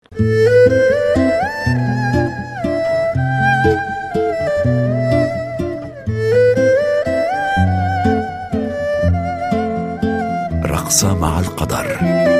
رقصة مع القدر.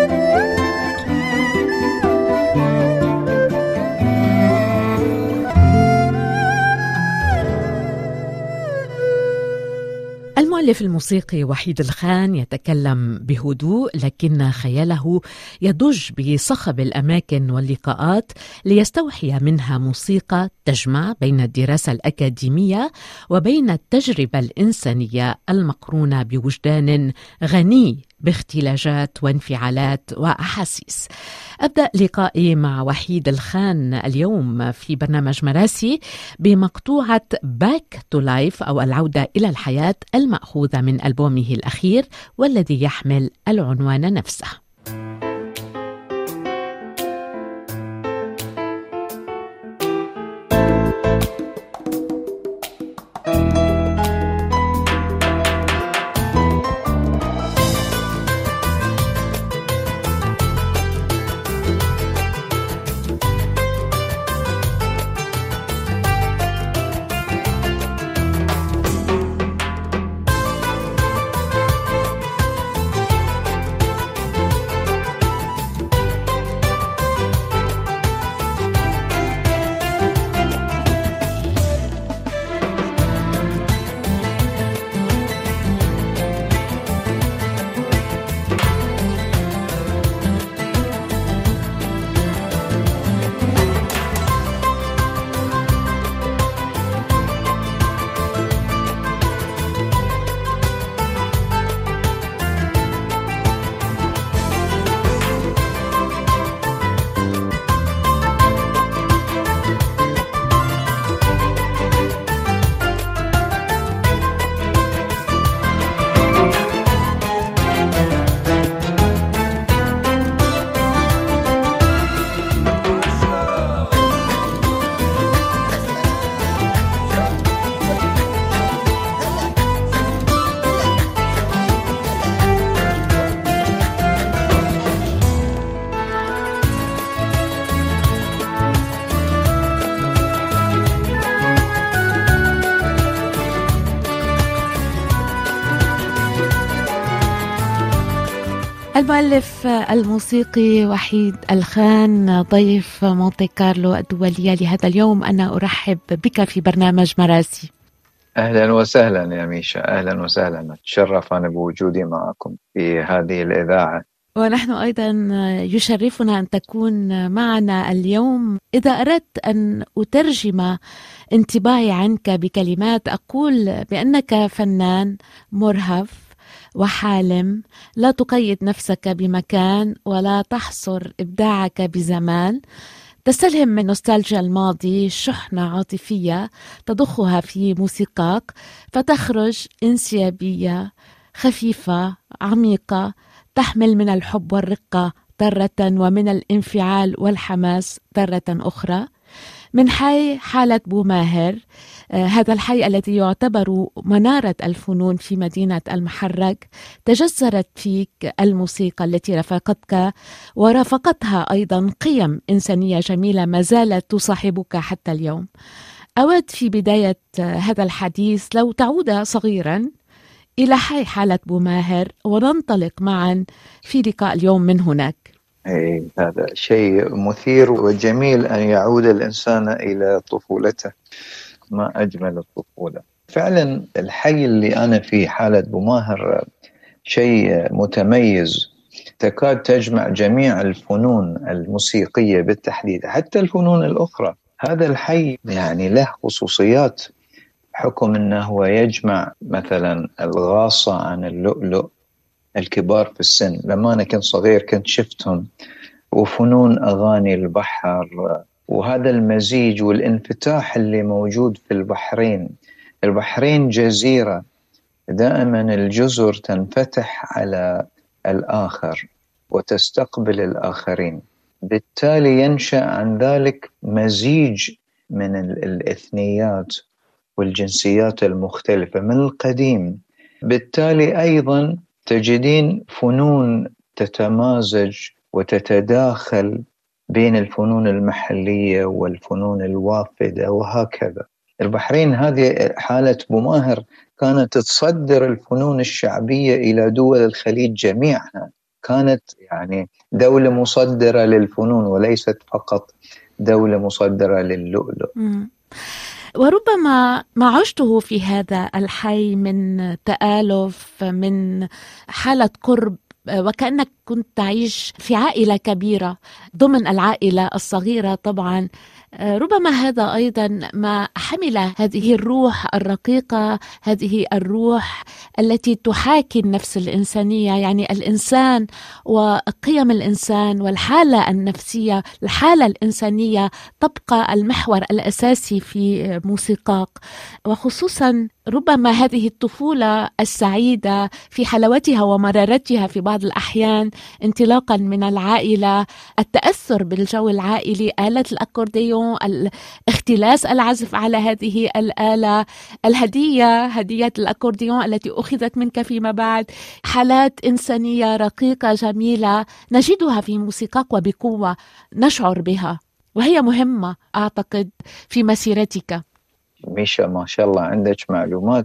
المؤلف الموسيقي وحيد الخان يتكلم بهدوء، لكن خياله يضج بصخب الأماكن واللقاءات ليستوحي منها موسيقى تجمع بين الدراسة الأكاديمية وبين التجربة الإنسانية المقرونة بوجدان غني باختلاجات وانفعالات وأحاسيس. أبدأ لقائي مع وحيد الخان اليوم في برنامج مراسي بمقطوعة Back to Life أو العودة إلى الحياة، المأخوذة من ألبومه الأخير والذي يحمل العنوان نفسه. المؤلف الموسيقي وحيد الخان ضيف مونتي كارلو الدولية لهذا اليوم، أنا أرحب بك في برنامج مراسي. أهلا وسهلا يا ميشا، أهلا وسهلا، أتشرف أنا بوجودي معكم في هذه الإذاعة. ونحن أيضا يشرفنا أن تكون معنا اليوم. إذا أردت أن أترجم انطباعي عنك بكلمات أقول بأنك فنان مرهف وحالم، لا تقيد نفسك بمكان ولا تحصر إبداعك بزمان، تستلهم من نوستالجيا الماضي شحنة عاطفية تضخها في موسيقاك فتخرج انسيابية خفيفة عميقة تحمل من الحب والرقة ذرة ومن الانفعال والحماس ذرة أخرى. من حي حالة بوماهر، هذا الحي الذي يعتبر منارة الفنون في مدينة المحرق، تجذرت فيك الموسيقى التي رافقتك ورافقتها أيضا قيم إنسانية جميلة ما زالت تصاحبك حتى اليوم. أود في بداية هذا الحديث لو تعود صغيرا إلى حي حالة بوماهر وننطلق معا في لقاء اليوم من هناك. هذا شيء مثير وجميل أن يعود الإنسان إلى طفولته، ما أجمل الطفولة. فعلا الحي اللي أنا فيه حالة بوماهر شيء متميز، تكاد تجمع جميع الفنون الموسيقية بالتحديد، حتى الفنون الأخرى. هذا الحي يعني له خصوصيات، حكم أنه يجمع مثلا الغاصة عن اللؤلؤ الكبار في السن، لما أنا كنت صغير كنت شفتهم، وفنون أغاني البحر، وهذا المزيج والانفتاح اللي موجود في البحرين. البحرين جزيرة، دائما الجزر تنفتح على الآخر وتستقبل الآخرين، بالتالي ينشأ عن ذلك مزيج من الإثنيات والجنسيات المختلفة من القديم. بالتالي أيضا تجدين فنون تتمازج وتتداخل بين الفنون المحلية والفنون الوافدة وهكذا. البحرين هذه حالة بوماهر كانت تصدر الفنون الشعبية إلى دول الخليج جميعها، كانت يعني دولة مصدرة للفنون وليست فقط دولة مصدرة للؤلؤ. وربما ما عشته في هذا الحي من تآلف، من حالة قرب، وكأنك كنت تعيش في عائلة كبيرة ضمن العائلة الصغيرة طبعا، ربما هذا أيضا ما حمل هذه الروح الرقيقة، هذه الروح التي تحاكي النفس الإنسانية، يعني الإنسان وقيم الإنسان والحالة النفسية، الحالة الإنسانية تبقى المحور الأساسي في موسيقاك. وخصوصا ربما هذه الطفولة السعيدة في حلاوتها ومرارتها في بعض الأحيان، انطلاقا من العائلة، التأثر بالجو العائلي، آلة الأكورديون، اختلاس العزف على هذه الآلة، هدية الأكورديون التي أخذت منك فيما بعد، حالات إنسانية رقيقة جميلة نجدها في موسيقاك وبقوة نشعر بها، وهي مهمة أعتقد في مسيرتك. ميشا ما شاء الله عندك معلومات،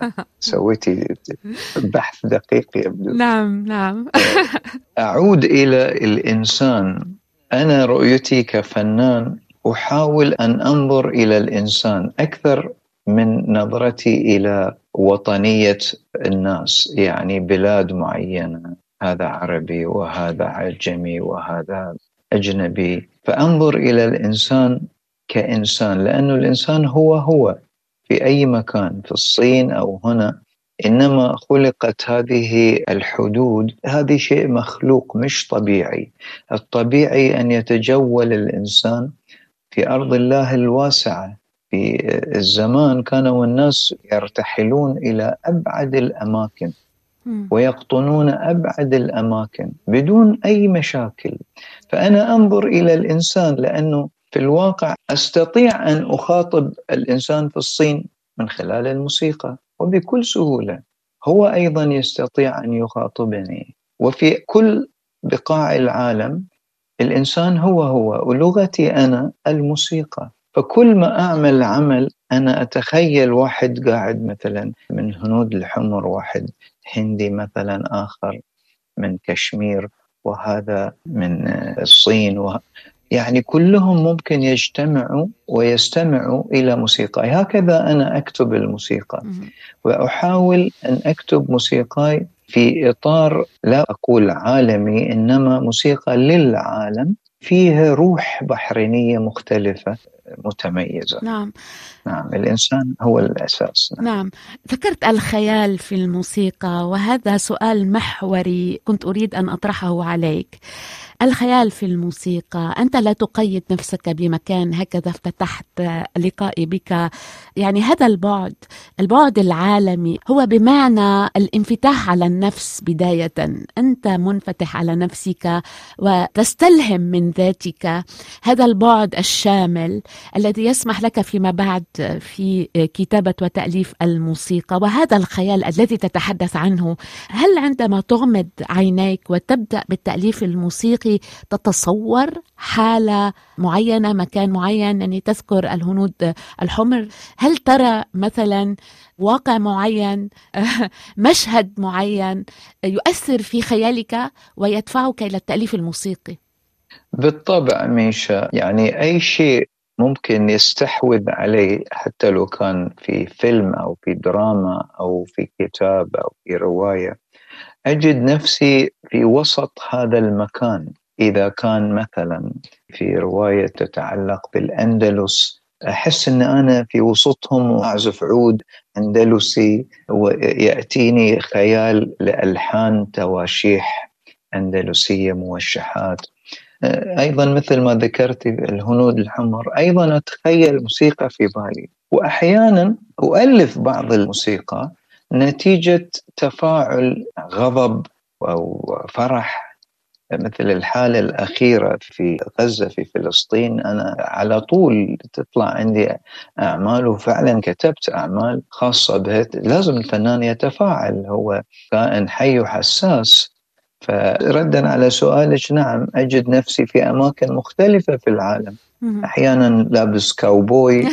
سويتي بحث دقيق يبدو. نعم. أعود إلى الإنسان. أنا رؤيتي كفنان أحاول أن أنظر إلى الإنسان أكثر من نظرتي إلى وطنية الناس، يعني بلاد معينة، هذا عربي وهذا عجمي وهذا أجنبي، فأنظر إلى الإنسان كإنسان، لأنه الإنسان هو في أي مكان، في الصين أو هنا، إنما خلقت هذه الحدود، هذه شيء مخلوق مش طبيعي. الطبيعي أن يتجول الإنسان في أرض الله الواسعة. في الزمان كانوا الناس يرتحلون إلى أبعد الأماكن ويقطنون أبعد الأماكن بدون أي مشاكل. فأنا أنظر إلى الإنسان، لأنه في الواقع أستطيع أن أخاطب الإنسان في الصين من خلال الموسيقى وبكل سهولة، هو أيضا يستطيع أن يخاطبني. وفي كل بقاع العالم الإنسان هو ولغتي أنا الموسيقى. فكل ما أعمل عمل أنا أتخيل واحد قاعد مثلا من هنود الحمر، واحد هندي مثلا، آخر من كشمير، وهذا من الصين، يعني كلهم ممكن يجتمعوا ويستمعوا إلى موسيقى. هكذا أنا أكتب الموسيقى، وأحاول أن أكتب موسيقى في إطار لا أقول عالمي، إنما موسيقى للعالم فيها روح بحرينية مختلفة متميزة. نعم، الإنسان هو الأساس. نعم. ذكرت الخيال في الموسيقى، وهذا سؤال محوري كنت أريد أن أطرحه عليك. الخيال في الموسيقى، أنت لا تقيد نفسك بمكان، هكذا افتتحت لقائي بك. يعني هذا البعد العالمي هو بمعنى الانفتاح على النفس بداية. أنت منفتح على نفسك وتستلهم من ذاتك هذا البعد الشامل الذي يسمح لك فيما بعد في كتابة وتأليف الموسيقى، وهذا الخيال الذي تتحدث عنه. هل عندما تغمض عينيك وتبدأ بالتأليف الموسيقي تتصور حالة معينة، مكان معين؟ يعني تذكر الهنود الحمر، هل ترى مثلا واقع معين، مشهد معين يؤثر في خيالك ويدفعك إلى التأليف الموسيقي؟ بالطبع ميشا، يعني أي شيء ممكن يستحوذ عليه، حتى لو كان في فيلم أو في دراما أو في كتاب أو في رواية، أجد نفسي في وسط هذا المكان. إذا كان مثلا في رواية تتعلق بالأندلس، أحس أن أنا في وسطهم وأعزف عود أندلسي، ويأتيني خيال لألحان تواشيح أندلسية موشحات. أيضا مثل ما ذكرت الهنود الحمر، أيضا أتخيل موسيقى في بالي، وأحيانا أؤلف بعض الموسيقى نتيجة تفاعل غضب أو فرح، مثل الحالة الأخيرة في غزة في فلسطين. أنا على طول تطلع عندي أعمال، وفعلا كتبت أعمال خاصة به. لازم الفنان يتفاعل، هو كائن حي وحساس، فردا على سؤالك، نعم أجد نفسي في أماكن مختلفة في العالم، أحيانا لابس كاوبوي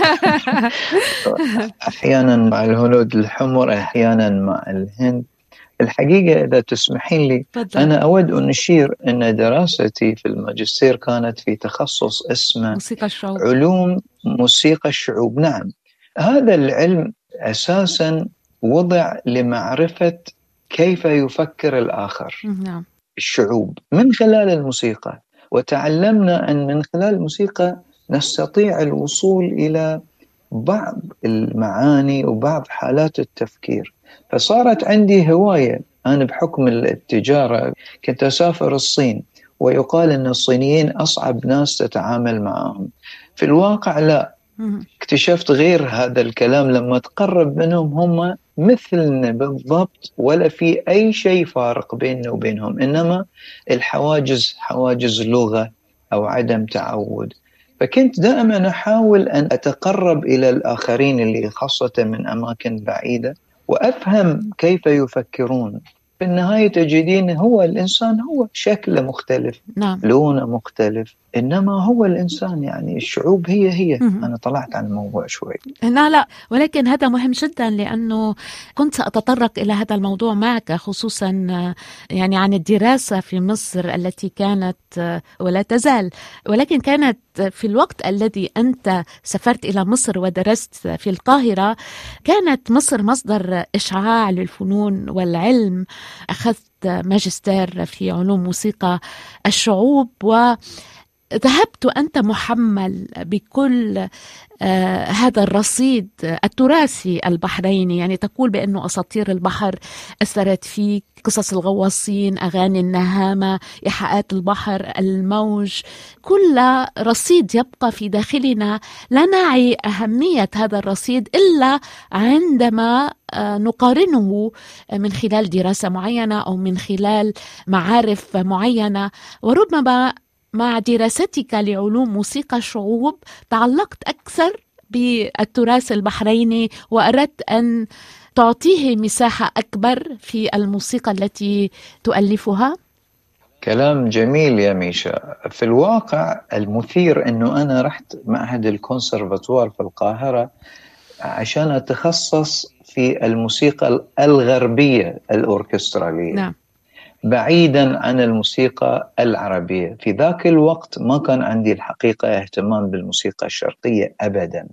أحيانا مع الهنود الحمر، أحيانا مع الهند. الحقيقة إذا تسمحين لي أنا أود أن أشير أن دراستي في الماجستير كانت في تخصص اسمه موسيقى الشعوب، علوم موسيقى الشعوب. نعم، هذا العلم أساسا وضع لمعرفة كيف يفكر الآخر، نعم. الشعوب من خلال الموسيقى، وتعلمنا أن من خلال الموسيقى نستطيع الوصول إلى بعض المعاني وبعض حالات التفكير. فصارت عندي هواية، أنا بحكم التجارة كنت أسافر الصين، ويقال أن الصينيين أصعب ناس تتعامل معهم. في الواقع لا، اكتشفت غير هذا الكلام، لما تقرب منهم هم مثلنا بالضبط، ولا في أي شيء فارق بيننا وبينهم، إنما الحواجز حواجز لغة أو عدم تعود. فكنت دائما أحاول أن أتقرب إلى الآخرين اللي خاصة من أماكن بعيدة وأفهم كيف يفكرون. في النهاية تجدين هو الإنسان هو شكله مختلف، نعم. لونه مختلف، إنما هو الإنسان، يعني الشعوب هي. أنا طلعت عن الموضوع شوي. لا، ولكن هذا مهم جدا، لأنه كنت سأتطرق إلى هذا الموضوع معك، خصوصا يعني عن الدراسة في مصر التي كانت ولا تزال، ولكن كانت في الوقت الذي أنت سافرت إلى مصر ودرست في القاهرة، كانت مصر مصدر إشعاع للفنون والعلم. أخذت ماجستير في علوم موسيقى الشعوب، وذهبت أنت محمل بكل هذا الرصيد التراثي البحريني. يعني تقول بأنه أساطير البحر أثرت فيك، قصص الغواصين، أغاني النهامة، إيحاءات البحر، الموج، كل رصيد يبقى في داخلنا. لا نعي أهمية هذا الرصيد إلا عندما نقارنه من خلال دراسة معينة أو من خلال معارف معينة. وربما مع دراستك لعلوم موسيقى الشعوب تعلقت أكثر بالتراث البحريني، وأردت أن تعطيه مساحة أكبر في الموسيقى التي تؤلفها. كلام جميل يا ميشا. في الواقع المثير أنه أنا رحت معهد الكونسرفاتوار في القاهرة عشان أتخصص في الموسيقى الغربية الأوركسترالية. نعم. بعيدا عن الموسيقى العربية. في ذاك الوقت ما كان عندي الحقيقة اهتمام بالموسيقى الشرقية أبدا،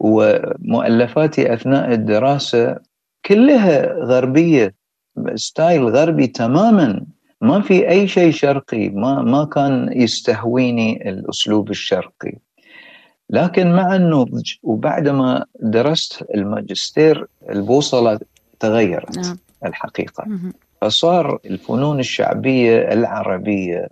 ومؤلفاتي أثناء الدراسة كلها غربية، ستايل غربي تماما، ما في أي شيء شرقي، ما كان يستهويني الأسلوب الشرقي. لكن مع النضج وبعدما درست الماجستير البوصلة تغيرت. نعم. الحقيقة فصار الفنون الشعبية العربية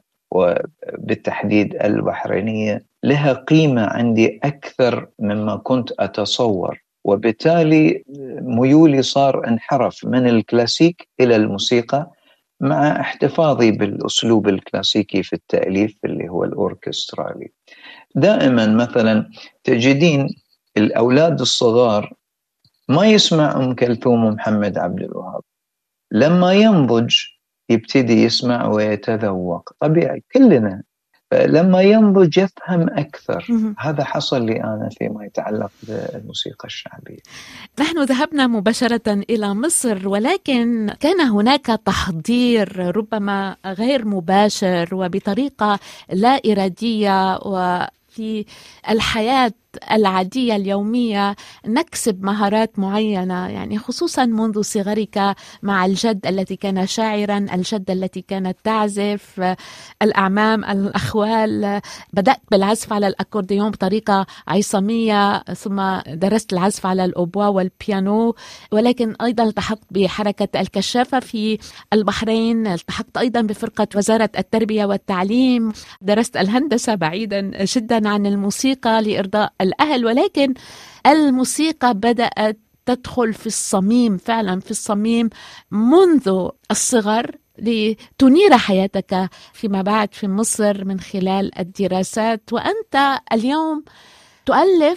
وبالتحديد البحرينية لها قيمة عندي أكثر مما كنت أتصور، وبالتالي ميولي صار انحرف من الكلاسيك إلى الموسيقى، مع احتفاظي بالأسلوب الكلاسيكي في التأليف اللي هو الأوركسترالي. دائما مثلا تجدين الأولاد الصغار ما يسمع أم كلثوم ومحمد عبد الوهاب، لما ينضج يبتدي يسمع ويتذوق، طبيعي كلنا، فلما ينضج يفهم أكثر. هذا حصل لي أنا فيما يتعلق بالموسيقى الشعبية. نحن ذهبنا مباشرة إلى مصر، ولكن كان هناك تحضير ربما غير مباشر وبطريقة لا إرادية، وفي الحياة العادية اليومية نكسب مهارات معينة، يعني خصوصا منذ صغرك مع الجد الذي كان شاعرا، الجدة التي كانت تعزف، الأعمام، الأخوال. بدأت بالعزف على الأكورديون بطريقة عصامية، ثم درست العزف على الأوبوا والبيانو، ولكن أيضا التحقت بحركة الكشافة في البحرين، التحقت أيضا بفرقة وزارة التربية والتعليم، درست الهندسة بعيدا جدا عن الموسيقى لإرضاء الأهل. ولكن الموسيقى بدأت تدخل في الصميم، فعلا في الصميم منذ الصغر، لتنير حياتك فيما بعد في مصر من خلال الدراسات. وأنت اليوم تؤلف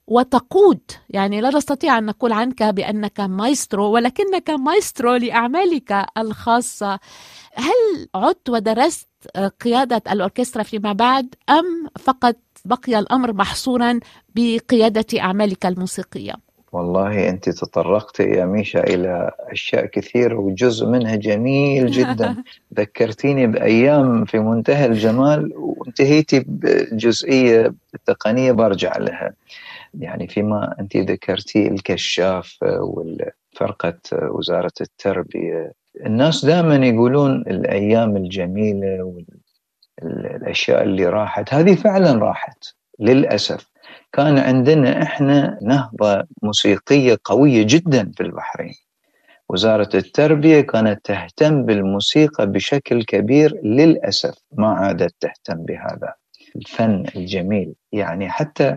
وتقود. يعني لا نستطيع أن نقول عنك بأنك مايسترو، ولكنك مايسترو لأعمالك الخاصة. هل عدت ودرست قيادة الأوركسترا فيما بعد، أم فقط بقي الأمر محصورا بقيادة أعمالك الموسيقية؟ والله أنت تطرقت يا ميشا إلى أشياء كثير وجزء منها جميل جدا. ذكرتيني بأيام في منتهى الجمال، وانتهيتي بجزئية التقنية برجع لها. يعني فيما أنت ذكرتي الكشاف والفرقة وزارة التربية، الناس دائما يقولون الأيام الجميلة والأشياء اللي راحت، هذه فعلا راحت للأسف. كان عندنا إحنا نهضة موسيقية قوية جدا في البحرين. وزارة التربية كانت تهتم بالموسيقى بشكل كبير، للأسف ما عادت تهتم بهذا الفن الجميل. يعني حتى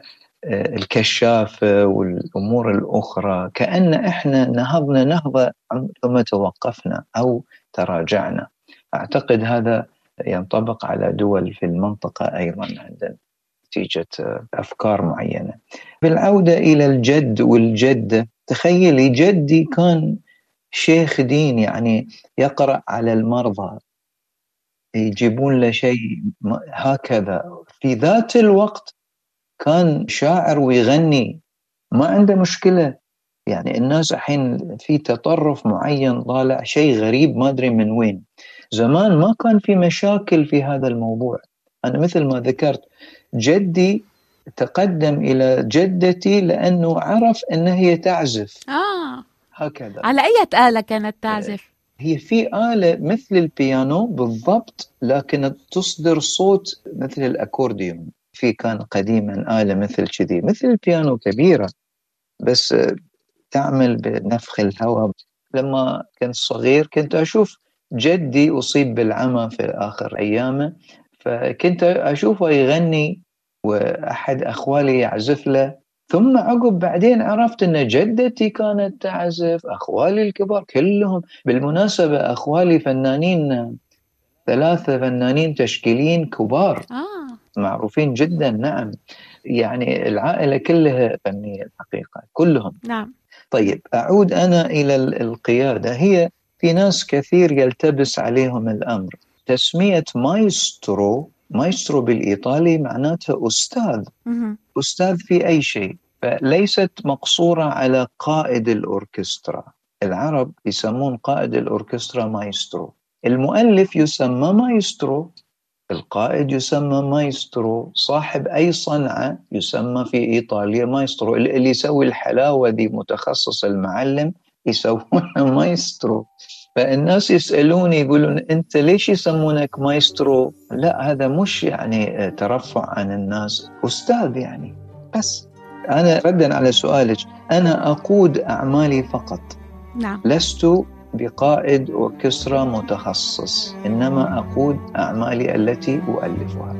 الكشافة والأمور الأخرى كأن إحنا نهضنا نهضة ثم توقفنا أو تراجعنا. أعتقد هذا ينطبق على دول في المنطقة أيضا عندنا نتيجة أفكار معينة. بالعودة إلى الجد والجدة، تخيلي جدي كان شيخ دين، يعني يقرأ على المرضى، يجيبون له شيء هكذا. في ذات الوقت كان شاعر ويغني، ما عنده مشكلة. يعني الناس الحين في تطرف معين طالع، شيء غريب ما أدري من وين. زمان ما كان في مشاكل في هذا الموضوع. أنا مثل ما ذكرت، جدي تقدم إلى جدتي لأنه عرف أن هي تعزف. هكذا. على أي آلة كانت تعزف؟ هي في آلة مثل البيانو بالضبط، لكن تصدر صوت مثل الأكورديون. في كان قديما آلة مثل كذي، مثل البيانو كبيرة، بس تعمل بنفخ الهواء. لما كنت صغير كنت أشوف جدي أصيب بالعمى في آخر أيامه، فكنت أشوفه يغني وأحد أخوالي يعزف له. ثم عقب بعدين عرفت أن جدتي كانت تعزف، أخوالي الكبار كلهم. بالمناسبة أخوالي فنانين، 3 فنانين تشكيليين كبار معروفين جدا. نعم، يعني العائلة كلها فنية الحقيقة كلهم. نعم. طيب أعود أنا إلى القيادة. هي في ناس كثير يلتبس عليهم الأمر. تسمية مايسترو بالإيطالي معناتها أستاذ. أستاذ في أي شيء، فليست مقصورة على قائد الأوركسترا. العرب يسمون قائد الأوركسترا مايسترو، المؤلف يسمى مايسترو، القائد يسمى مايسترو، صاحب أي صنعة يسمى في إيطاليا مايسترو. اللي يسوي الحلاوة دي متخصص، المعلم يسوونه مايسترو. فالناس يسألوني يقولون أنت ليش يسمونك مايسترو؟ لا، هذا مش يعني ترفع عن الناس، أستاذ يعني. بس أنا ردا على سؤالك، أنا أقود أعمالي فقط. نعم. لست بقائد أوركسترا متخصص، إنما أقود أعمالي التي أؤلفها.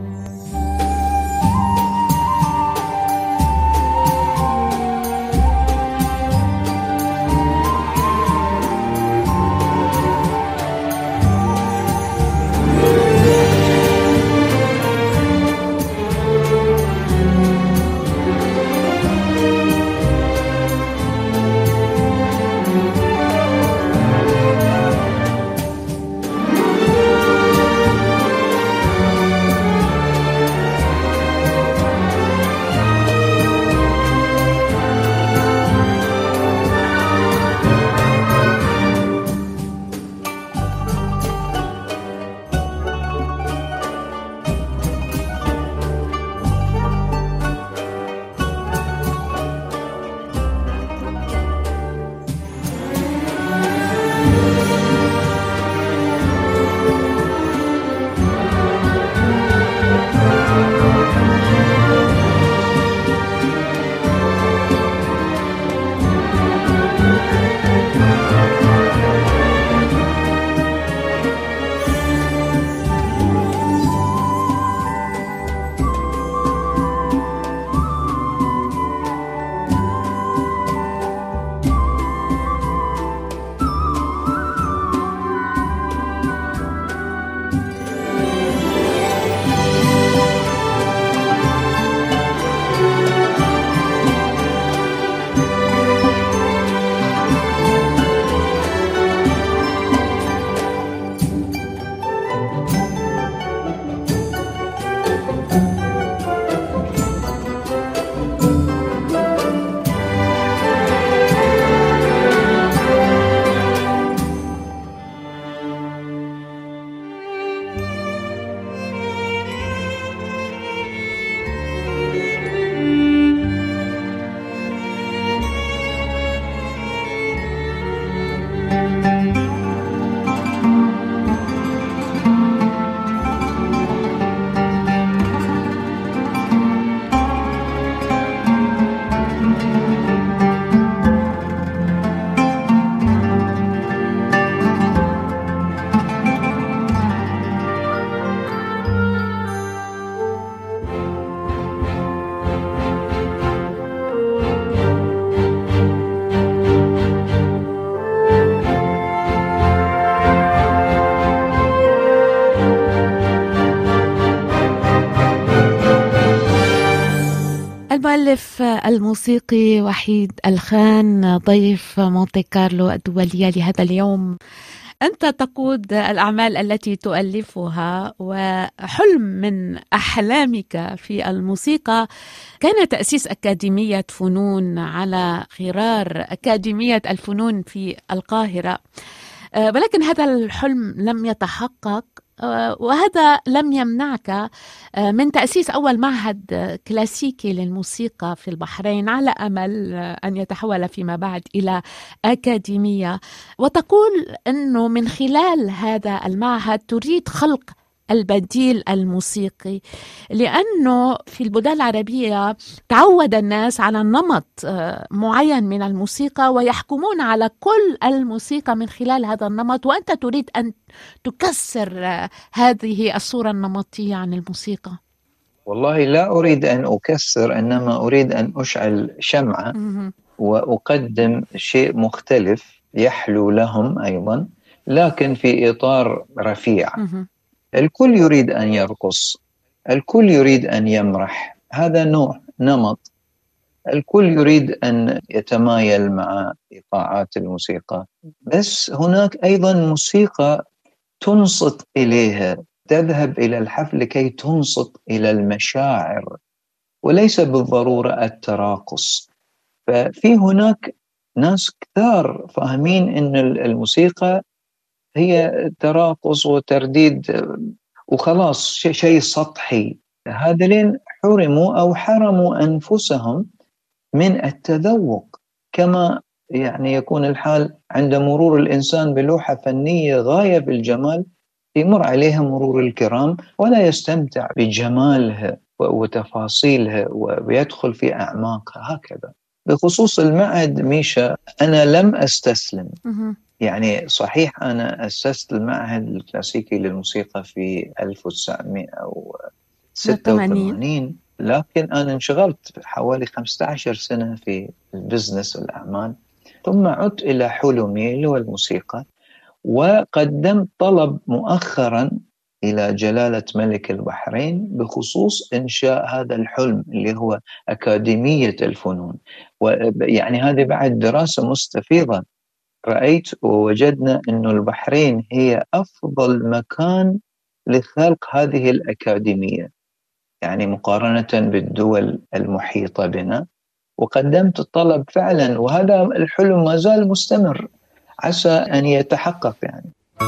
المؤلف الموسيقي وحيد الخان ضيف مونتي كارلو الدولية لهذا اليوم. أنت تقود الأعمال التي تؤلفها، وحلم من أحلامك في الموسيقى كان تأسيس أكاديمية فنون على غرار أكاديمية الفنون في القاهرة، ولكن هذا الحلم لم يتحقق، وهذا لم يمنعك من تأسيس أول معهد كلاسيكي للموسيقى في البحرين على أمل أن يتحول فيما بعد إلى أكاديمية. وتقول أنه من خلال هذا المعهد تريد خلق البديل الموسيقي، لأنه في البلدان العربية تعود الناس على نمط معين من الموسيقى ويحكمون على كل الموسيقى من خلال هذا النمط، وأنت تريد أن تكسر هذه الصورة النمطية عن الموسيقى. والله لا أريد أن أكسر، إنما أريد أن أشعل شمعة وأقدم شيء مختلف يحلو لهم أيضا، لكن في إطار رفيع. الكل يريد أن يرقص، الكل يريد أن يمرح، هذا نمط. الكل يريد أن يتمايل مع إيقاعات الموسيقى، بس هناك أيضا موسيقى تنصت إليها، تذهب إلى الحفل لكي تنصت إلى المشاعر وليس بالضرورة التراقص. ففي هناك ناس كثار فاهمين أن الموسيقى هي تراقص وترديد وخلاص، شيء سطحي. هذين حرموا أو حرموا أنفسهم من التذوق، كما يعني يكون الحال عند مرور الإنسان بلوحة فنية غاية بالجمال، يمر عليها مرور الكرام ولا يستمتع بجمالها وتفاصيلها ويدخل في أعماقها. هكذا بخصوص المعهد ميشا، أنا لم أستسلم. يعني صحيح أنا أسست المعهد الكلاسيكي للموسيقى في 1986، لكن أنا انشغلت حوالي 15 سنة في البزنس والأعمال، ثم عدت إلى حلمي اللي هو الموسيقى، وقدمت طلب مؤخرا إلى جلالة ملك البحرين بخصوص إنشاء هذا الحلم اللي هو أكاديمية الفنون. ويعني هذه بعد دراسة مستفيضة، رأيت ووجدنا أن البحرين هي أفضل مكان لخلق هذه الأكاديمية، يعني مقارنة بالدول المحيطة بنا. وقدمت الطلب فعلا، وهذا الحلم ما زال مستمر، عسى أن يتحقق يعني.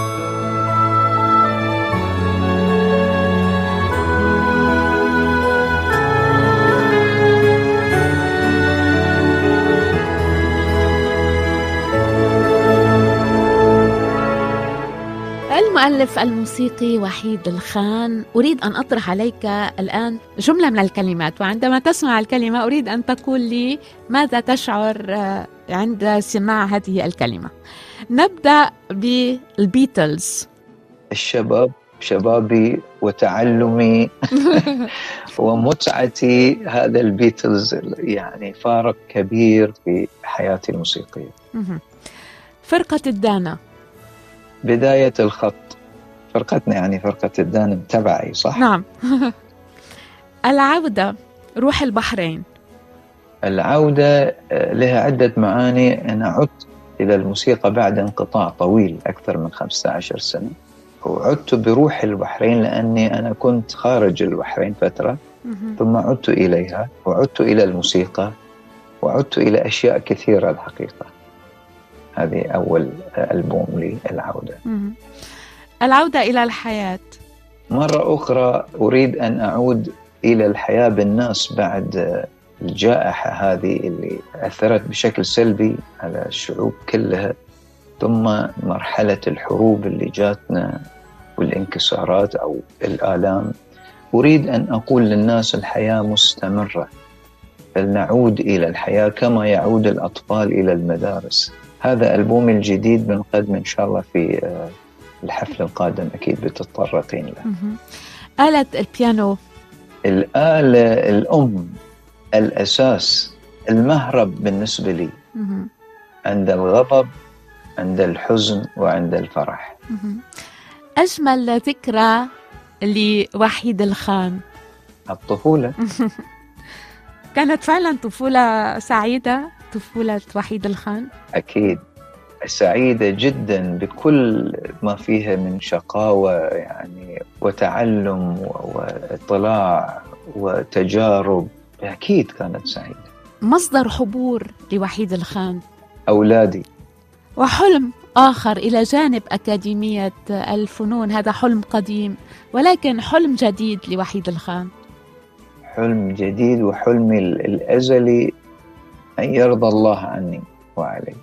المؤلف الموسيقي وحيد الخان، أريد أن أطرح عليك الآن جملة من الكلمات، وعندما تسمع الكلمة أريد أن تقول لي ماذا تشعر عند سماع هذه الكلمة. نبدأ بالبيتلز. الشباب، شبابي وتعلمي ومتعتي، هذا البيتلز يعني فارق كبير في حياتي الموسيقية. فرقة الدانا، بداية الخط، فرقتنا يعني فرقة الدانا تبعي، صح؟ نعم. العودة، روح البحرين. العودة لها عدة معاني. أنا عدت إلى الموسيقى بعد انقطاع طويل أكثر من 15 سنة، وعدت بروح البحرين لأني أنا كنت خارج البحرين فترة، ثم عدت إليها وعدت إلى الموسيقى وعدت إلى أشياء كثيرة الحقيقة. هذه أول ألبوم لي، العودة. العودة إلى الحياة. مرة أخرى أريد أن أعود إلى الحياة بالناس بعد الجائحة هذه اللي أثرت بشكل سلبي على الشعوب كلها، ثم مرحلة الحروب اللي جاتنا والانكسارات أو الآلام. أريد أن أقول للناس الحياة مستمرة، فلنعود إلى الحياة كما يعود الأطفال إلى المدارس. هذا ألبومي الجديد بنقدم إن شاء الله في الحفل القادم، أكيد بتتطرقين له. آلة البيانو. الآلة الأم، الأساس، المهرب بالنسبة لي عند الغضب، عند الحزن، وعند الفرح. أجمل ذكرى لوحيد الخان. الطفولة. كانت فعلا طفولة سعيدة، طفولة وحيد الخان. أكيد سعيدة جدا بكل ما فيها من شقاوة يعني وتعلم واطلاع وتجارب. أكيد كانت سعيدة. مصدر حبور لوحيد الخان أولادي، وحلم آخر إلى جانب أكاديمية الفنون. هذا حلم قديم ولكن حلم جديد لوحيد الخان. حلم جديد وحلمي الأزلي أن يرضى الله عني وعلي.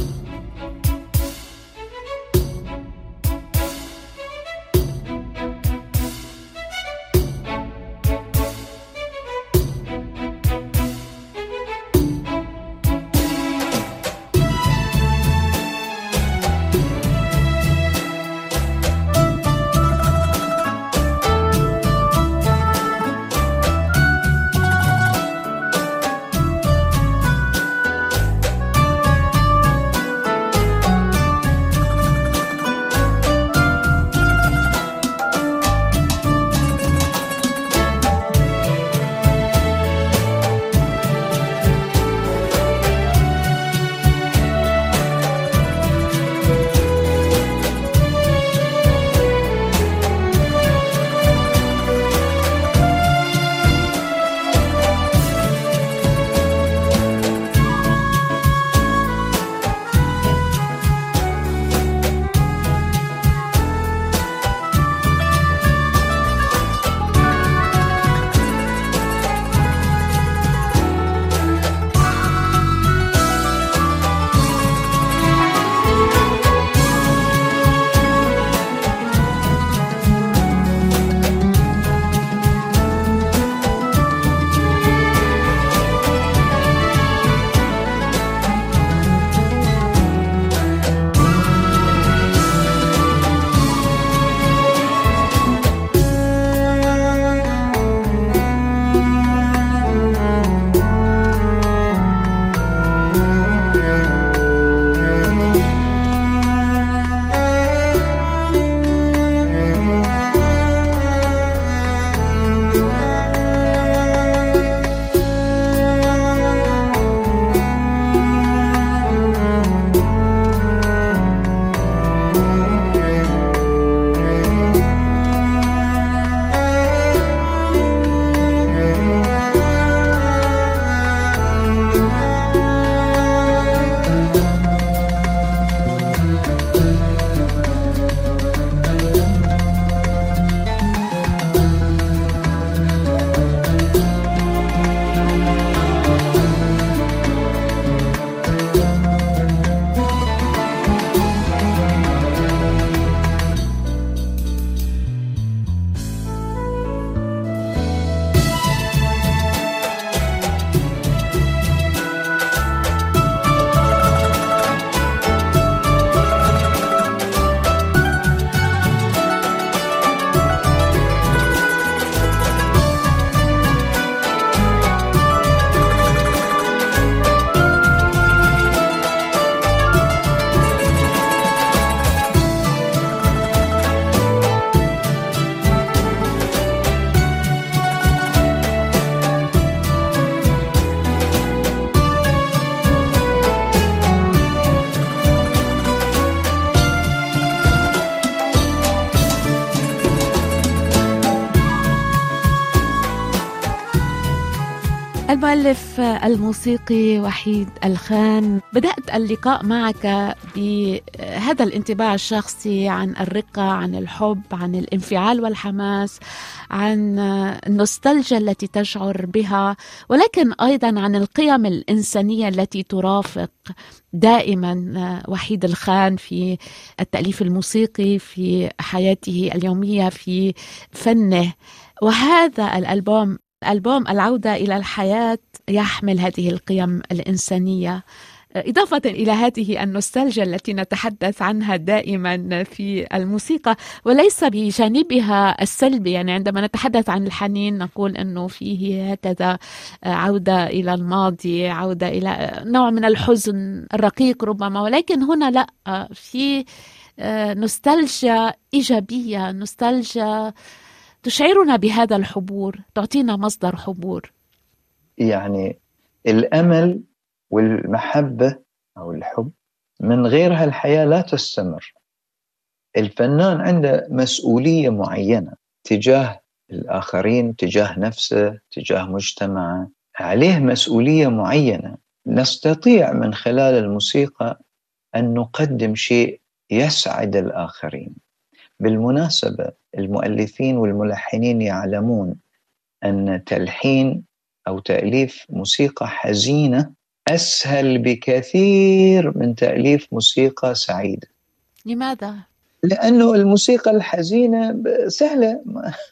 المؤلف الموسيقي وحيد الخان، بدأت اللقاء معك بهذا الانطباع الشخصي عن الرقة، عن الحب، عن الانفعال والحماس، عن النوستالجيا التي تشعر بها، ولكن أيضا عن القيم الإنسانية التي ترافق دائما وحيد الخان في التأليف الموسيقي، في حياته اليومية، في فنه. وهذا الألبوم، ألبوم العودة إلى الحياة، يحمل هذه القيم الإنسانية، إضافة إلى هذه النوستالجيا التي نتحدث عنها دائما في الموسيقى، وليس بجانبها السلبي. يعني عندما نتحدث عن الحنين نقول أنه فيه هكذا عودة إلى الماضي، عودة إلى نوع من الحزن الرقيق ربما، ولكن هنا لا، في نوستالجيا إيجابية، نوستالجيا تشعرنا بهذا الحبور، تعطينا مصدر حبور. يعني الأمل والمحبة أو الحب، من غيرها الحياة لا تستمر. الفنان عنده مسؤولية معينة تجاه الآخرين، تجاه نفسه، تجاه مجتمعه، عليه مسؤولية معينة. نستطيع من خلال الموسيقى أن نقدم شيء يسعد الآخرين. بالمناسبة المؤلفين والملحنين يعلمون أن تلحين أو تأليف موسيقى حزينة أسهل بكثير من تأليف موسيقى سعيدة. لماذا؟ لأنه الموسيقى الحزينة سهلة،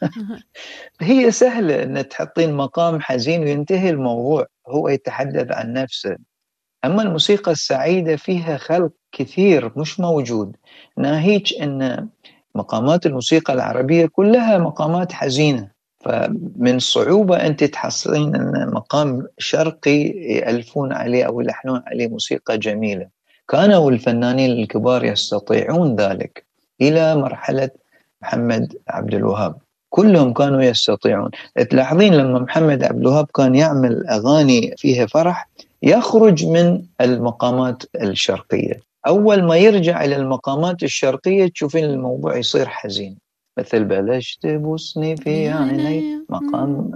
هي سهلة أن تحطين مقام حزين وينتهي الموضوع، هو يتحدث عن نفسه. أما الموسيقى السعيدة فيها خلق كثير مش موجود، ناهيك أن مقامات الموسيقى العربية كلها مقامات حزينة، فمن صعوبة أنت تحصلين أن مقام شرقي يألفون عليه أو يلحنون عليه موسيقى جميلة. كانوا الفنانين الكبار يستطيعون ذلك إلى مرحلة محمد عبد الوهاب، كلهم كانوا يستطيعون. تلاحظين لما محمد عبد الوهاب كان يعمل أغاني فيها فرح يخرج من المقامات الشرقية، أول ما يرجع إلى المقامات الشرقية تشوفين الموضوع يصير حزين، مثل بلشت تبوسني في عيني، مقام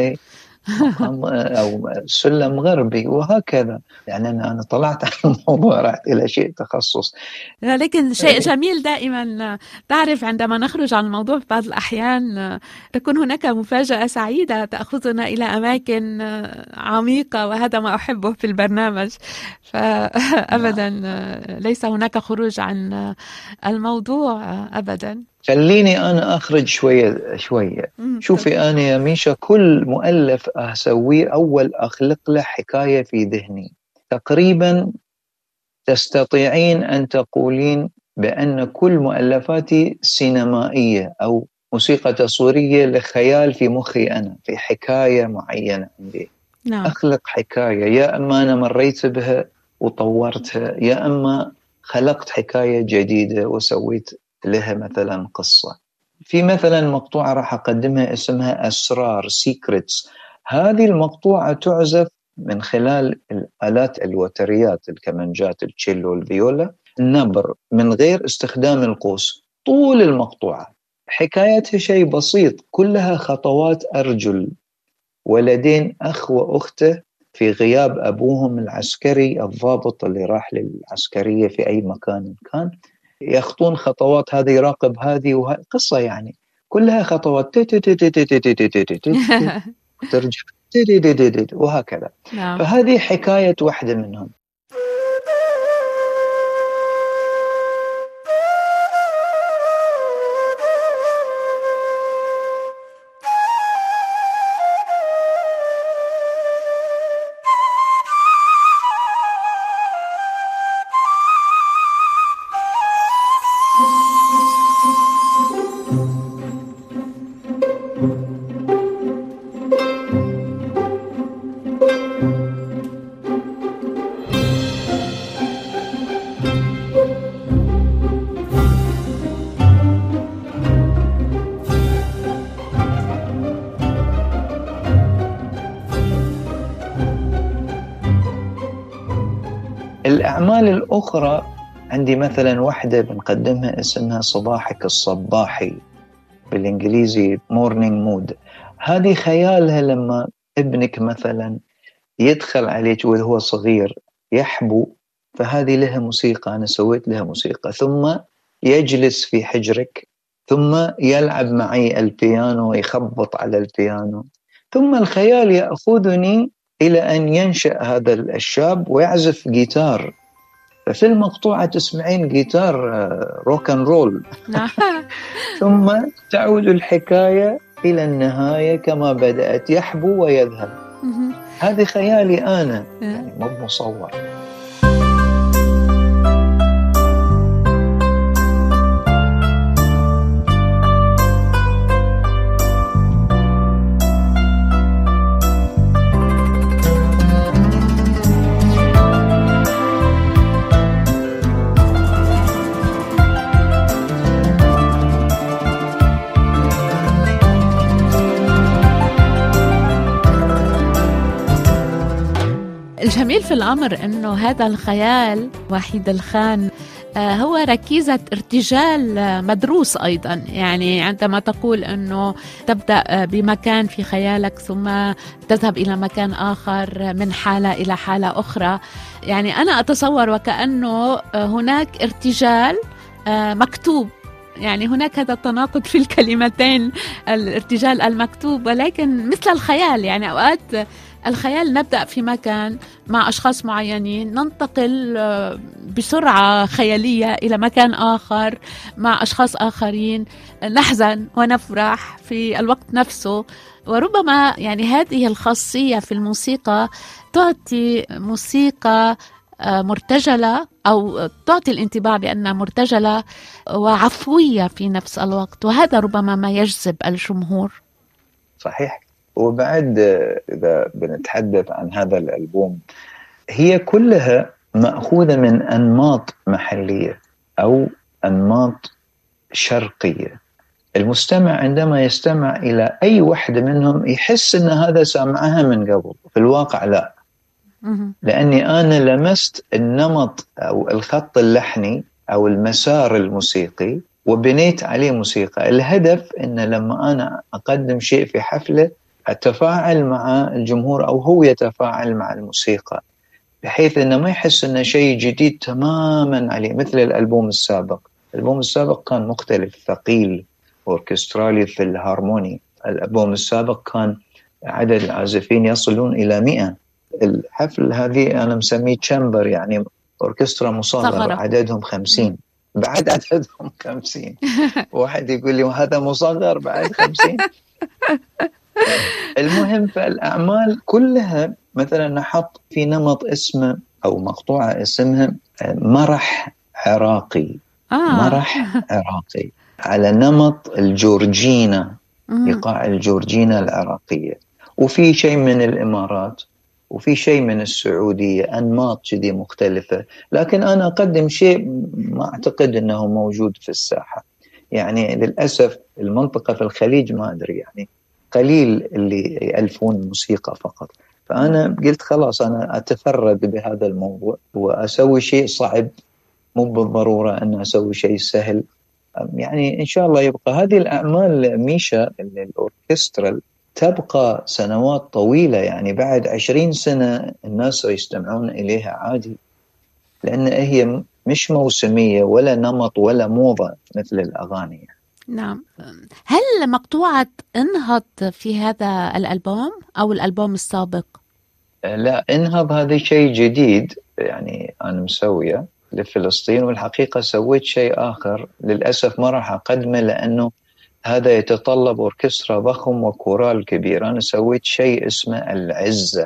مقام أو سلم غربي وهكذا. يعني أنا طلعت عن الموضوع، رحت إلى شيء تخصص. لكن شيء جميل دائما، تعرف عندما نخرج عن الموضوع في بعض الأحيان تكون هناك مفاجأة سعيدة تأخذنا إلى أماكن عميقة، وهذا ما أحبه في البرنامج. فأبدا ليس هناك خروج عن الموضوع أبدا. خليني أنا أخرج شوية شوية. شوفي أنا يا ميشا كل مؤلف أسويه أول أخلق له حكاية في ذهني. تقريبا تستطيعين أن تقولين بأن كل مؤلفاتي سينمائية أو موسيقى تصويرية لخيال في مخي أنا، في حكاية معينة عندي. نعم. أخلق حكاية، يا أما أنا مريت بها وطورتها، يا أما خلقت حكاية جديدة وسويت لها مثلا قصة. في مثلا مقطوعة راح أقدمها اسمها أسرار Secrets. هذه المقطوعة تعزف من خلال الآلات الوتريات، الكمانجات، التشيلو، الفيولا، النبر، من غير استخدام القوس طول المقطوعة. حكايتها شيء بسيط، كلها خطوات أرجل، ولدين أخ وأخته في غياب أبوهم العسكري، الضابط اللي راح للعسكرية في أي مكان كان، يخطون خطوات، هذا يراقب هذه قصة يعني كلها خطوات ترجع وهكذا. فهذه حكاية واحدة منهم. الأعمال الأخرى عندي مثلا واحدة بنقدمها اسمها صباحك الصباحي، بالإنجليزي morning mood. هذه خيالها لما ابنك مثلا يدخل عليك وهو صغير يحبو، فهذه لها موسيقى، أنا سويت لها موسيقى. ثم يجلس في حجرك، ثم يلعب معي البيانو، يخبط على البيانو، ثم الخيال يأخذني إلى أن ينشأ هذا الشاب ويعزف جيتار. ففي المقطوعة تسمعين جيتار روك أند رول. ثم تعود الحكاية إلى النهاية كما بدأت، يحبو ويذهب. هذه خيالي أنا، يعني مو مصور. الجميل في الأمر أنه هذا الخيال وحيد الخان هو ركيزة ارتجال مدروس أيضا. يعني عندما تقول أنه تبدأ بمكان في خيالك ثم تذهب إلى مكان آخر، من حالة إلى حالة أخرى، يعني أنا أتصور وكأنه هناك ارتجال مكتوب. يعني هناك هذا التناقض في الكلمتين، الارتجال المكتوب، ولكن مثل الخيال. يعني أوقات الخيال نبدأ في مكان مع أشخاص معينين، ننتقل بسرعة خيالية إلى مكان آخر مع أشخاص آخرين، نحزن ونفرح في الوقت نفسه. وربما يعني هذه الخاصية في الموسيقى تعطي موسيقى مرتجلة، أو تعطي الانطباع بأنها مرتجلة وعفوية في نفس الوقت، وهذا ربما ما يجذب الجمهور. صحيح. وبعد إذا بنتحدث عن هذا الألبوم، هي كلها مأخوذة من أنماط محلية أو أنماط شرقية. المستمع عندما يستمع إلى أي واحدة منهم يحس أن هذا سمعها من قبل، في الواقع لا، لأني أنا لمست النمط أو الخط اللحني أو المسار الموسيقي وبنيت عليه موسيقى. الهدف أن لما أنا أقدم شيء في حفلة أتفاعل مع الجمهور أو هو يتفاعل مع الموسيقى، بحيث أنه ما يحس أنه شيء جديد تماما عليه. مثل الألبوم السابق، الألبوم السابق كان مختلف، ثقيل، أوركسترالي في الهارموني. الألبوم السابق كان عدد العازفين يصلون إلى 100. الحفل هذه أنا مسميه تشامبر، يعني أوركسترا مصغر، عددهم 50. بعد عددهم 50 واحد يقول لي وهذا مصغر بعد 50. المهم فالأعمال كلها مثلا نحط في نمط اسمه أو مقطوعة اسمها مرح عراقي. مرح عراقي على نمط الجورجينا، إيقاع الجورجينا العراقية، وفي شيء من الإمارات وفي شيء من السعودية، أنماط جديدة مختلفة. لكن أنا أقدم شيء ما أعتقد أنه موجود في الساحة. يعني للأسف المنطقة في الخليج ما أدري، يعني قليل اللي يألفون موسيقى فقط. فأنا قلت خلاص أنا أتفرد بهذا الموضوع وأسوي شيء صعب، مو بالضرورة أن أسوي شيء سهل. يعني إن شاء الله يبقى هذه الأعمال ميشا الأوركسترال تبقى سنوات طويلة. يعني بعد 20 سنة الناس يستمعون إليها عادي، لأن هي مش موسمية ولا نمط ولا موضة مثل الأغاني. نعم. هل مقطوعة انهض في هذا الألبوم أو الألبوم السابق؟ لا، انهض هذا شيء جديد، يعني أنا مسويه لفلسطين، والحقيقة سويت شيء آخر للأسف ما راح أقدمه لأنه هذا يتطلب أوركسترا ضخم وكورال كبير. أنا سويت شيء اسمه العزة،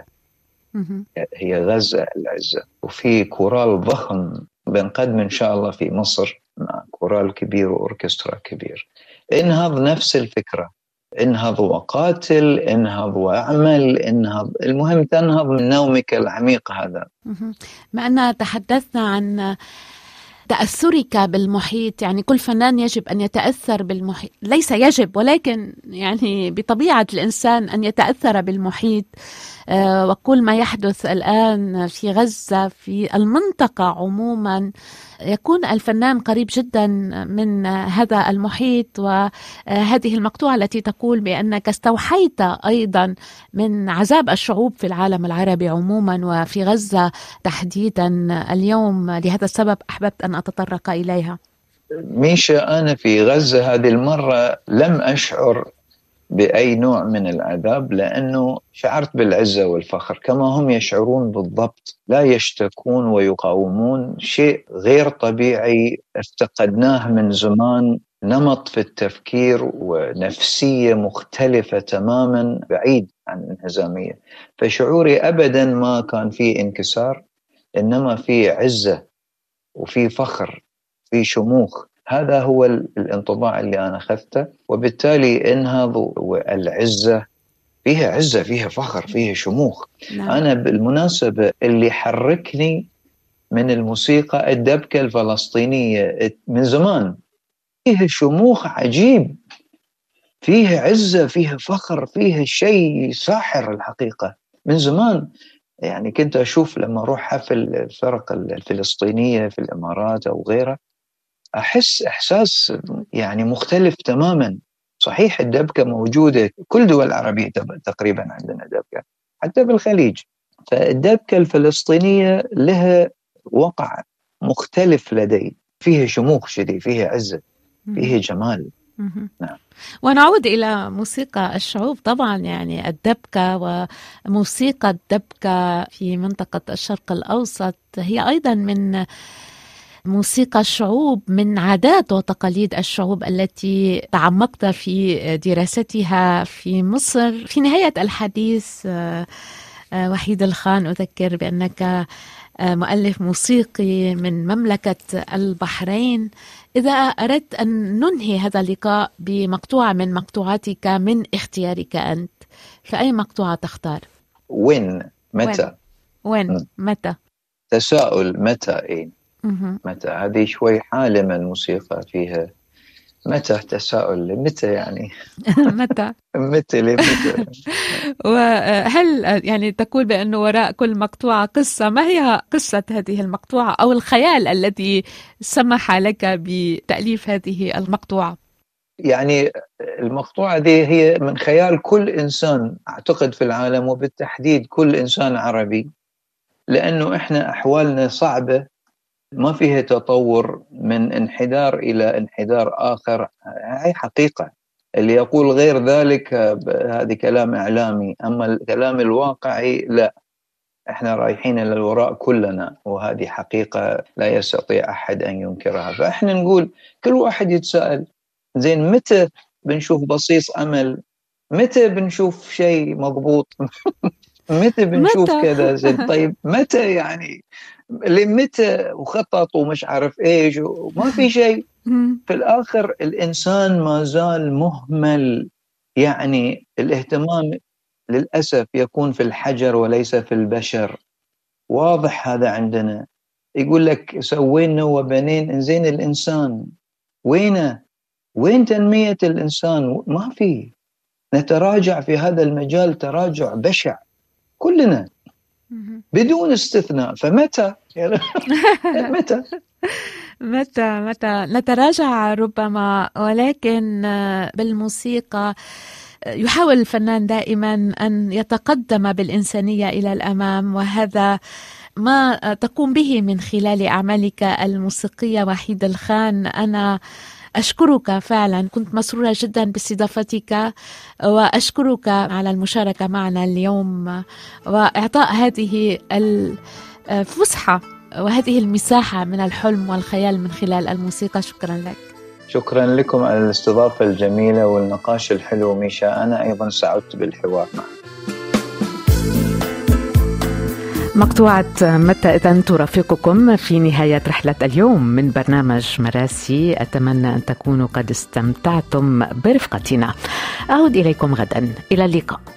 هي غزة العزة، وفي كورال ضخم بنقدم إن شاء الله في مصر مع كورال كبير وأوركسترا كبير. انهض نفس الفكرة، انهض وقاتل، انهض واعمل، انهض، المهم تنهض من نومك العميق هذا. ما أن تحدثنا عن تأثرك بالمحيط، يعني كل فنان يجب أن يتأثر بالمحيط، ليس يجب ولكن يعني بطبيعة الإنسان أن يتأثر بالمحيط. وكل ما يحدث الآن في غزة في المنطقة عموما، يكون الفنان قريب جدا من هذا المحيط. وهذه المقطوعة التي تقول بأنك استوحيت أيضا من عذاب الشعوب في العالم العربي عموما وفي غزة تحديدا اليوم، لهذا السبب أحببت أن أتطرق إليها. ميشا، أنا في غزة هذه المرة لم أشعر بأي نوع من العذاب، لأنه شعرت بالعزة والفخر كما هم يشعرون بالضبط. لا يشتكون ويقاومون، شيء غير طبيعي افتقدناه من زمان، نمط في التفكير ونفسية مختلفة تماما بعيد عن الانهزامية. فشعوري أبدا ما كان فيه انكسار، إنما فيه عزة وفي فخر، في شموخ. هذا هو الانطباع اللي أنا أخذته. وبالتالي انهض والعزة فيها عزة، فيها فخر، فيها شموخ. نعم. أنا بالمناسبة اللي حركني من الموسيقى الدبكة الفلسطينية من زمان، فيها شموخ عجيب، فيها عزة، فيها فخر، فيها شيء ساحر الحقيقة من زمان. يعني كنت أشوف لما أروح حفل الفرق الفلسطينية في الإمارات أو غيرها، أحس إحساس يعني مختلف تماما. صحيح الدبكة موجودة كل دول العربية تقريبا عندنا دبكة، حتى بالخليج. فالدبكة الفلسطينية لها وقع مختلف لدي، فيه شموخ شديد، فيه عزة، فيه جمال. نعم. ونعود إلى موسيقى الشعوب طبعا، يعني الدبكة وموسيقى الدبكة في منطقة الشرق الأوسط هي أيضا من موسيقى الشعوب، من عادات وتقاليد الشعوب التي تعمقت في دراستها في مصر. في نهاية الحديث وحيد الخان، أذكر بأنك مؤلف موسيقي من مملكة البحرين. إذا أردت أن ننهي هذا اللقاء بمقطوعة من مقطوعاتك من اختيارك أنت، فأي مقطوعة تختار؟ وين؟ متى؟ وين؟ متى؟ تساؤل متى؟ متى هذه شوي حالة من الموسيقى فيها متى، تساؤل متى يعني متى؟ متى لمتى؟ وهل يعني تقول بأنه وراء كل مقطوعة قصة؟ ما هي قصة هذه المقطوعة أو الخيال الذي سمح لك بتأليف هذه المقطوعة؟ يعني المقطوعة دي هي من خيال كل إنسان أعتقد في العالم، وبالتحديد كل إنسان عربي، لأنه إحنا أحوالنا صعبة، ما فيها تطور، من انحدار إلى انحدار آخر. هي حقيقة، اللي يقول غير ذلك هذا كلام إعلامي، أما الكلام الواقعي لا، إحنا رايحين إلى الوراء كلنا، وهذه حقيقة لا يستطيع أحد أن ينكرها. فإحنا نقول كل واحد يتساءل زين متى بنشوف بصيص أمل؟ متى بنشوف شيء مضبوط؟ متى بنشوف كذا زين؟ طيب متى يعني؟ لمتى؟ وخطط ومش عارف ايش وما في شيء. في الآخر الإنسان ما زال مهمل، يعني الاهتمام للأسف يكون في الحجر وليس في البشر. واضح هذا عندنا. يقول لك سوينا وبنين، زين الإنسان وينه؟ وين تنمية الإنسان؟ ما في. نتراجع في هذا المجال تراجع بشع كلنا بدون استثناء. فمتى؟ متى؟ متى نتراجع ربما، ولكن بالموسيقى يحاول الفنان دائما أن يتقدم بالإنسانية إلى الأمام، وهذا ما تقوم به من خلال أعمالك الموسيقية وحيد الخان. أنا أشكرك فعلا، كنت مسرورة جدا باستضافتك، وأشكرك على المشاركة معنا اليوم وإعطاء هذه الفسحة وهذه المساحة من الحلم والخيال من خلال الموسيقى. شكرا لك. شكرا لكم على الاستضافة الجميلة والنقاش الحلو ميشا، أنا أيضا سعدت بالحوار معك. مقطوعة متى إذن ترافقكم في نهاية رحلة اليوم من برنامج مراسي. أتمنى أن تكونوا قد استمتعتم برفقتنا. أعود إليكم غدا، إلى اللقاء.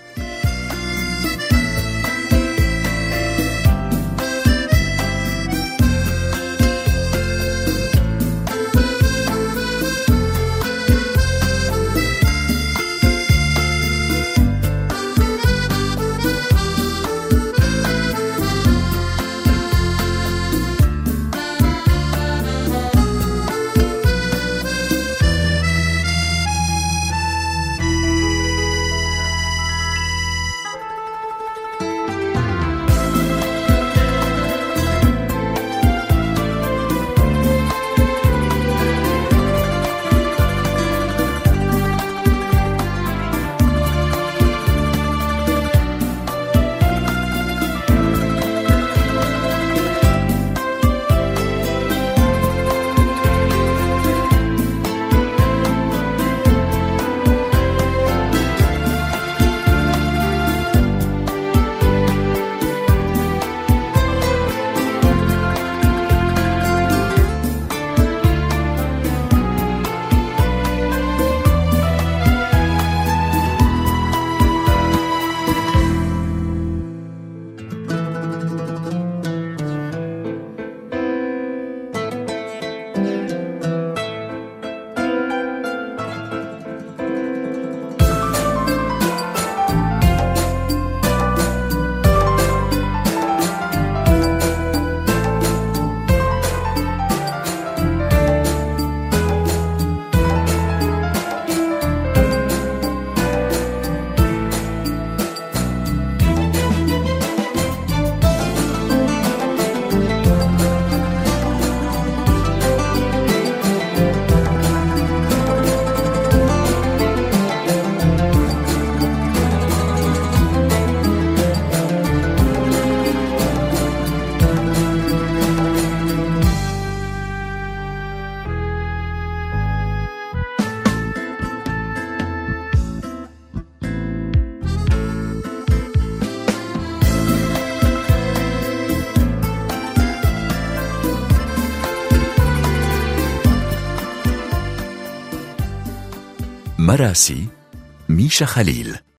مراسي ميشا خليل.